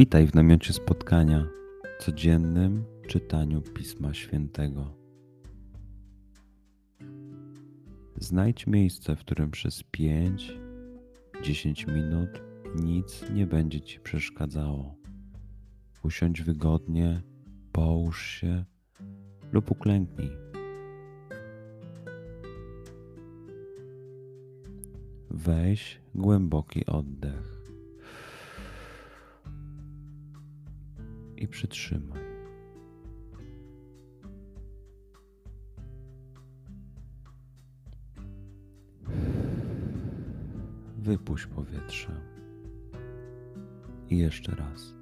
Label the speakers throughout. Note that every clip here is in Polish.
Speaker 1: Witaj w namiocie spotkania, codziennym czytaniu Pisma Świętego. Znajdź miejsce, w którym przez 5-10 minut nic nie będzie Ci przeszkadzało. Usiądź wygodnie, połóż się lub uklęknij. Weź głęboki oddech i przytrzymaj. Wypuść powietrze. I jeszcze raz.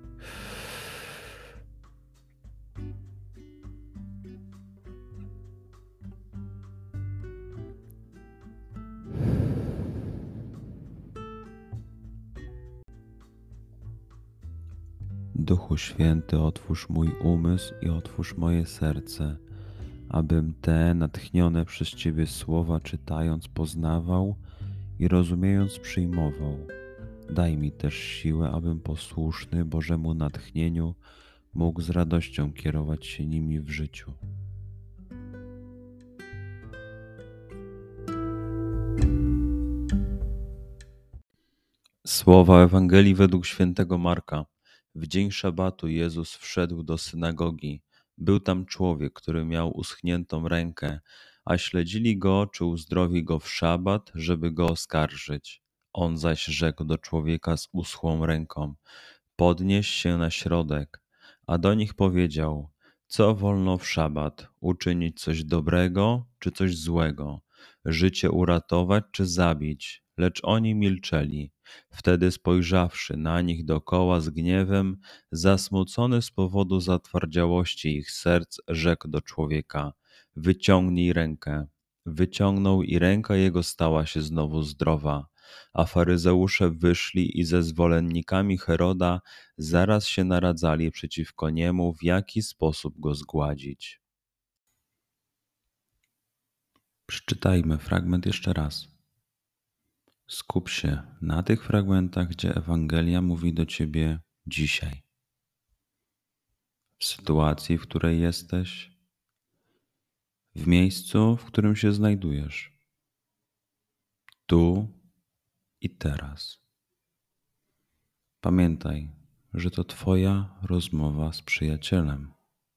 Speaker 1: Duchu Święty, otwórz mój umysł i otwórz moje serce, abym te natchnione przez Ciebie słowa czytając poznawał i rozumiejąc przyjmował. Daj mi też siłę, abym posłuszny Bożemu natchnieniu mógł z radością kierować się nimi w życiu. Słowa Ewangelii według świętego Marka. W dzień szabatu Jezus wszedł do synagogi. Był tam człowiek, który miał uschniętą rękę, a śledzili go, czy uzdrowi go w szabat, żeby go oskarżyć. On zaś rzekł do człowieka z uschłą ręką: podnieś się na środek. A do nich powiedział: co wolno w szabat, uczynić coś dobrego, czy coś złego, życie uratować, czy zabić? Lecz oni milczeli. Wtedy spojrzawszy na nich dokoła z gniewem, zasmucony z powodu zatwardziałości ich serc, rzekł do człowieka: wyciągnij rękę. Wyciągnął i ręka jego stała się znowu zdrowa. A faryzeusze wyszli i ze zwolennikami Heroda zaraz się naradzali przeciwko niemu, w jaki sposób go zgładzić. Przeczytajmy fragment jeszcze raz. Skup się na tych fragmentach, gdzie Ewangelia mówi do Ciebie dzisiaj. W sytuacji, w której jesteś, w miejscu, w którym się znajdujesz, tu i teraz. Pamiętaj, że to Twoja rozmowa z przyjacielem.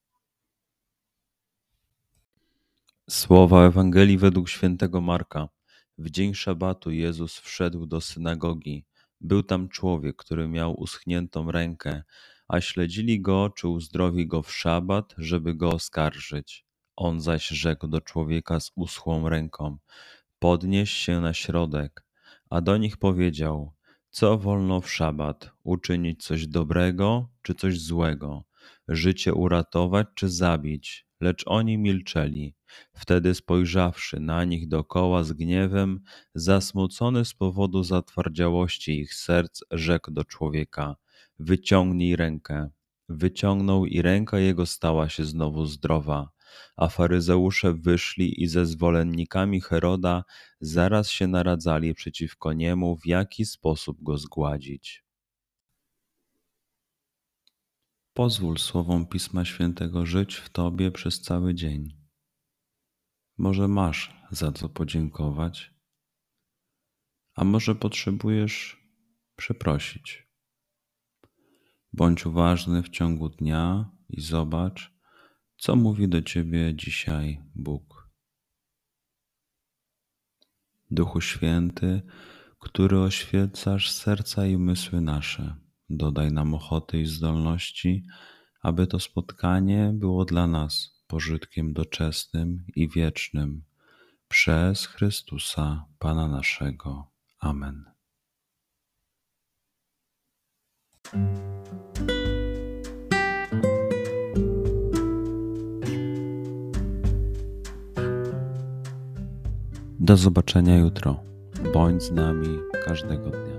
Speaker 1: Słowa Ewangelii według świętego Marka. W dzień szabatu Jezus wszedł do synagogi. Był tam człowiek, który miał uschniętą rękę, a śledzili go, czy uzdrowi go w szabat, żeby go oskarżyć. On zaś rzekł do człowieka z uschłą ręką: podnieś się na środek. A do nich powiedział: co wolno w szabat, uczynić coś dobrego, czy coś złego, życie uratować, czy zabić? Lecz oni milczeli. Wtedy spojrzawszy na nich dokoła z gniewem, zasmucony z powodu zatwardziałości ich serc, rzekł do człowieka: wyciągnij rękę. Wyciągnął i ręka jego stała się znowu zdrowa. A faryzeusze wyszli i ze zwolennikami Heroda zaraz się naradzali przeciwko niemu, w jaki sposób go zgładzić. Pozwól słowom Pisma Świętego żyć w Tobie przez cały dzień. Może masz za co podziękować, a może potrzebujesz przeprosić. Bądź uważny w ciągu dnia i zobacz, co mówi do Ciebie dzisiaj Bóg. Duchu Święty, który oświecasz serca i umysły nasze, dodaj nam ochoty i zdolności, aby to spotkanie było dla nas pożytkiem doczesnym i wiecznym. Przez Chrystusa, Pana naszego. Amen. Do zobaczenia jutro. Bądź z nami każdego dnia.